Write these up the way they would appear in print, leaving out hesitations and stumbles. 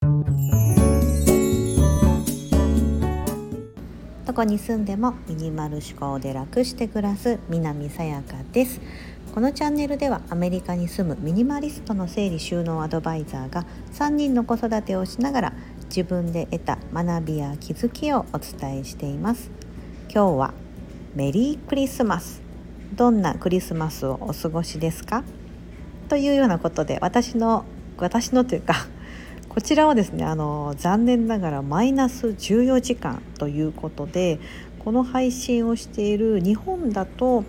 どこに住んでもミニマル思考で楽して暮らす南さやかです。このチャンネルではアメリカに住むミニマリストの整理収納アドバイザーが3人の子育てをしながら自分で得た学びや気づきをお伝えしています。今日はメリークリスマス。どんなクリスマスをお過ごしですかというようなことで、私のというかこちらはですね、残念ながらマイナス14時間ということで、この配信をしている日本だと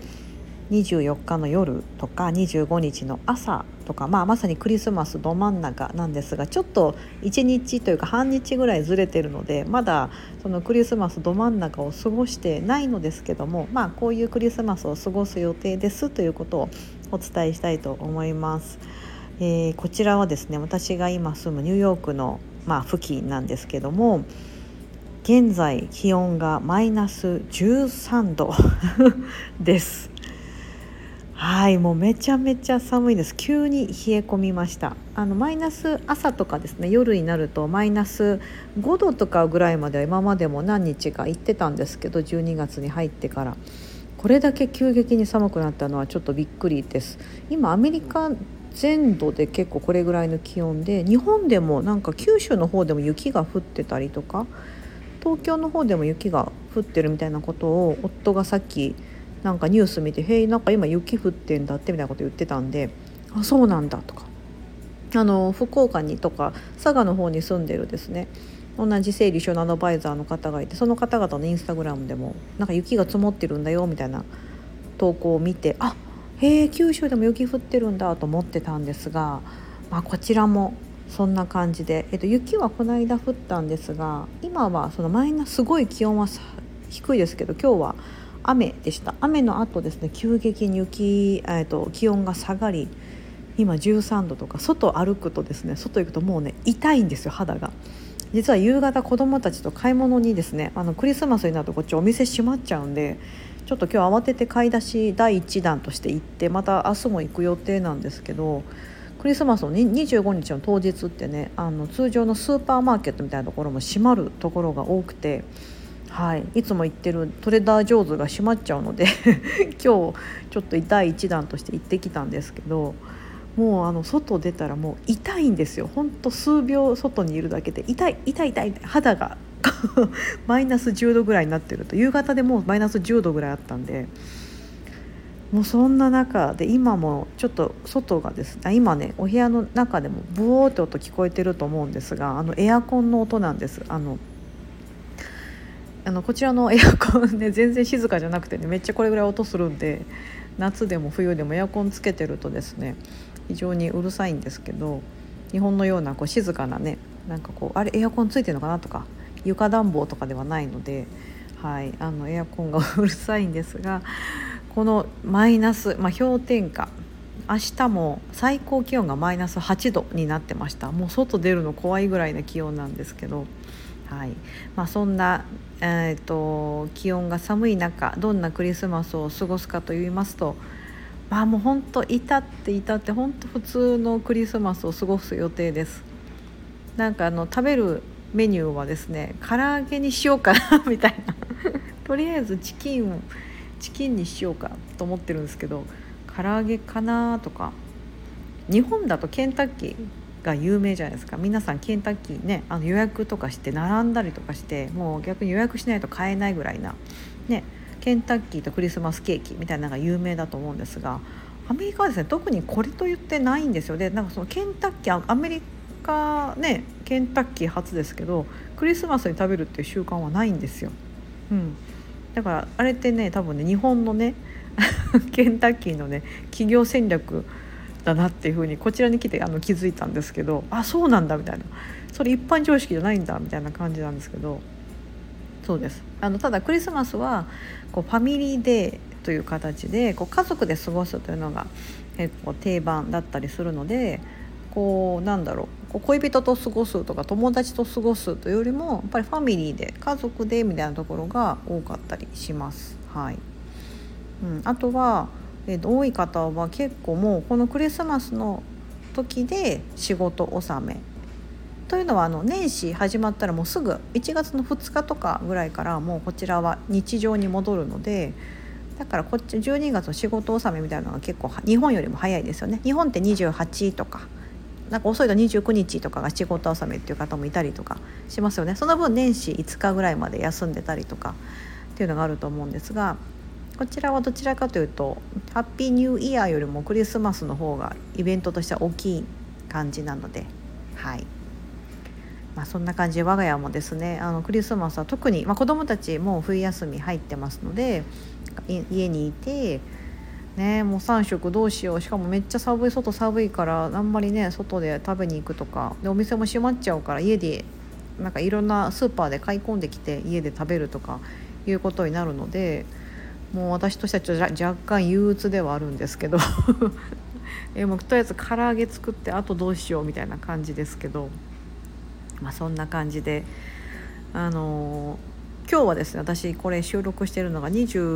24日の夜とか25日の朝とか、まさにクリスマスど真ん中なんですが、ちょっと1日というか半日ぐらいずれてるので、まだそのクリスマスど真ん中を過ごしてないのですけども、こういうクリスマスを過ごす予定ですということをお伝えしたいと思います。こちらはですね、私が今住むニューヨークの、付近なんですけども、現在気温がマイナス13度です。はい、もうめちゃめちゃ寒いです。急に冷え込みました。マイナス朝とかですね、夜になるとマイナス5度とかぐらいまでは今までも何日か行ってたんですけど、12月に入ってからこれだけ急激に寒くなったのはちょっとびっくりです。今アメリカ全土で結構これぐらいの気温で、日本でもなんか九州の方でも雪が降ってたりとか、東京の方でも雪が降ってるみたいなことを夫がさっきなんかニュース見て、なんか今雪降ってんだってみたいなこと言ってたんで、あ、そうなんだとか、福岡にとか佐賀の方に住んでるですね、同じ整理収納アドバイザーの方がいて、その方々のインスタグラムでもなんか雪が積もってるんだよみたいな投稿を見て、九州でも雪降ってるんだと思ってたんですが、こちらもそんな感じで、雪はこの間降ったんですが、今はそのマイナスすごい気温は低いですけど、今日は雨でした。雨の後ですね、急激に気温が下がり、今13度とか、外歩くとですね、外行くともうね痛いんですよ、肌が。実は夕方子どもたちと買い物にですね、クリスマスになるとこっちお店閉まっちゃうんで、ちょっと今日慌てて買い出し第一弾として行って、また明日も行く予定なんですけど、クリスマスの25日の当日ってね、通常のスーパーマーケットみたいなところも閉まるところが多くて、いつも行ってるトレーダー・ジョーズが閉まっちゃうので今日ちょっと第一弾として行ってきたんですけど、もう外出たらもう痛いんですよ。ほんと数秒外にいるだけで痛い肌がマイナス10度ぐらいになってると、夕方でもうマイナス10度ぐらいあったんで、もうそんな中で今もちょっと外がですね、今ねお部屋の中でもブオーって音聞こえてると思うんですが、エアコンの音なんです。こちらのエアコンね、全然静かじゃなくてね、めっちゃこれぐらい音するんで、夏でも冬でもエアコンつけてるとですね、非常にうるさいんですけど、日本のようなこう静かなね、なんかこうあれエアコンついてるのかなとか、床暖房とかではないので、エアコンがうるさいんですが、このマイナス、氷点下、明日も最高気温がマイナス8度になってました。もう外出るの怖いぐらいな気温なんですけど、そんな、気温が寒い中、どんなクリスマスを過ごすかといいますと、もう本当至って本当普通のクリスマスを過ごす予定です。なんか食べるメニューはですね、唐揚げにしようかなみたいなとりあえずチキンにしようかと思ってるんですけど、唐揚げかなとか。日本だとケンタッキーが有名じゃないですか。皆さんケンタッキーね、予約とかして並んだりとかして、もう逆に予約しないと買えないぐらいなね、ケンタッキーとクリスマスケーキみたいなのが有名だと思うんですが、アメリカはですね、特にこれと言ってないんですよ。でなんかそのケンタッキー、アメリカね、ケンタッキー初ですけど、クリスマスに食べるっていう習慣はないんですよ。だからあれってね、多分ね、日本のねケンタッキーのね企業戦略だなっていう風にこちらに来て気づいたんですけど、そうなんだみたいな、それ一般常識じゃないんだみたいな感じなんですけど、そうです。ただクリスマスはこうファミリーデーという形でこう家族で過ごすというのが結構定番だったりするので、こう恋人と過ごすとか友達と過ごすというよりも、やっぱりファミリーで家族でみたいなところが多かったりします。あとは、多い方は結構もうこのクリスマスの時で仕事納めというのは年始始まったらもうすぐ1月の2日とかぐらいからもうこちらは日常に戻るので、だからこっち12月の仕事納めみたいなのが結構日本よりも早いですよね。日本って28とかなんか遅いと29日とかが仕事納めっていう方もいたりとかしますよね。その分年始5日ぐらいまで休んでたりとかっていうのがあると思うんですが、こちらはどちらかというとハッピーニューイヤーよりもクリスマスの方がイベントとしては大きい感じなので、はい、そんな感じで我が家もですねクリスマスは特に、子どもたちもう冬休み入ってますので家にいて、ね、もう3食どうしよう、しかもめっちゃ外寒いからあんまりね外で食べに行くとかでお店も閉まっちゃうから家でなんかいろんなスーパーで買い込んできて家で食べるとかいうことになるので、もう私としてはちょっと若干憂鬱ではあるんですけどもうとりあえず唐揚げ作ってあとどうしようみたいな感じですけど、そんな感じで今日はですね、私これ収録しているのが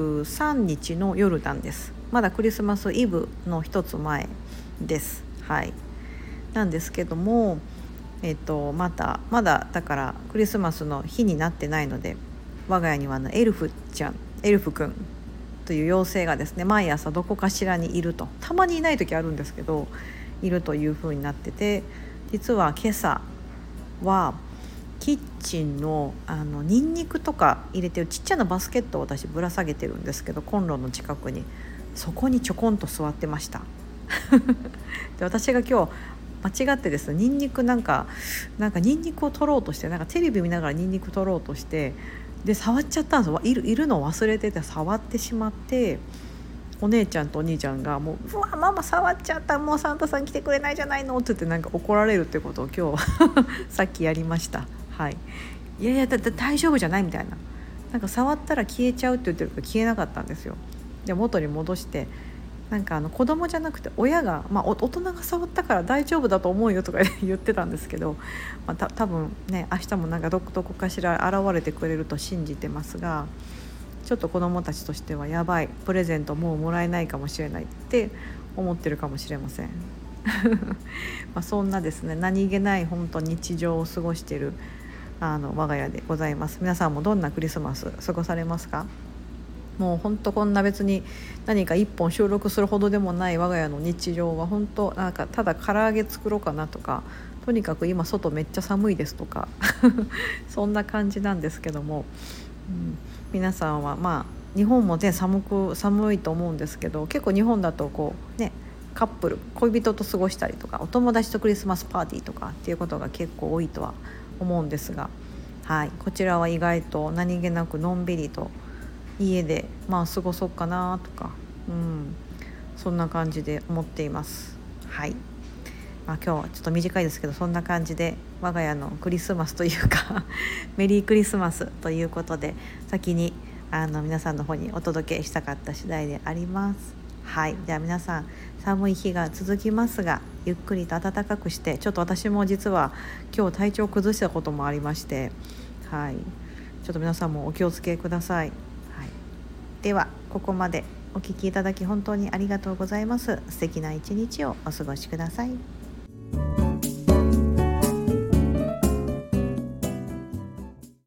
23日の夜なんです。まだクリスマスイブの一つ前です。はい。なんですけども、まだだからクリスマスの日になってないので、我が家にはエルフくんという妖精がですね、毎朝どこかしらにいると、たまにいない時あるんですけどいるという風になってて、実は今朝はキッチンのニンニクとか入れてるちっちゃなバスケットを私ぶら下げてるんですけど、コンロの近くにそこにちょこんと座ってましたで私が今日間違ってですね、ニンニクなんかニンニクを取ろうとして、なんかテレビ見ながらニンニク取ろうとしてで触っちゃったんですよ。いるのを忘れてて触ってしまって、お姉ちゃんとお兄ちゃんがもう、うわママ触っちゃった、もうサンタさん来てくれないじゃないのって言ってなんか怒られるってことを今日さっきやりました。はい、いや大丈夫じゃないみたいな、なんか触ったら消えちゃうって言ってるけど消えなかったんですよ。で元に戻して、なんか子供じゃなくて親が、大人が触ったから大丈夫だと思うよとか言ってたんですけど、多分ね明日もなんかどこかしら現れてくれると信じてますが、ちょっと子供たちとしてはやばい、プレゼントもうもらえないかもしれないって思ってるかもしれませんそんなですね、何気ない本当日常を過ごしている我が家でございます。皆さんもどんなクリスマス過ごされますか？もう本当こんな別に何か一本収録するほどでもない我が家の日常は本当なんかただ唐揚げ作ろうかなとか、とにかく今外めっちゃ寒いですとかそんな感じなんですけども、皆さんは日本もね寒いと思うんですけど、結構日本だとこうねカップル恋人と過ごしたりとかお友達とクリスマスパーティーとかっていうことが結構多いとは思うんですが、はい、こちらは意外と何気なくのんびりと家で過ごそうかなとか、そんな感じで思っています。はい、今日はちょっと短いですけどそんな感じで我が家のクリスマスというかメリークリスマスということで先に皆さんの方にお届けしたかった次第であります。はい、では皆さん寒い日が続きますがゆっくりと暖かくして、ちょっと私も実は今日体調を崩したこともありまして、はい、ちょっと皆さんもお気をつけください。はい、ではここまでお聞きいただき本当にありがとうございます。素敵な一日をお過ごしください。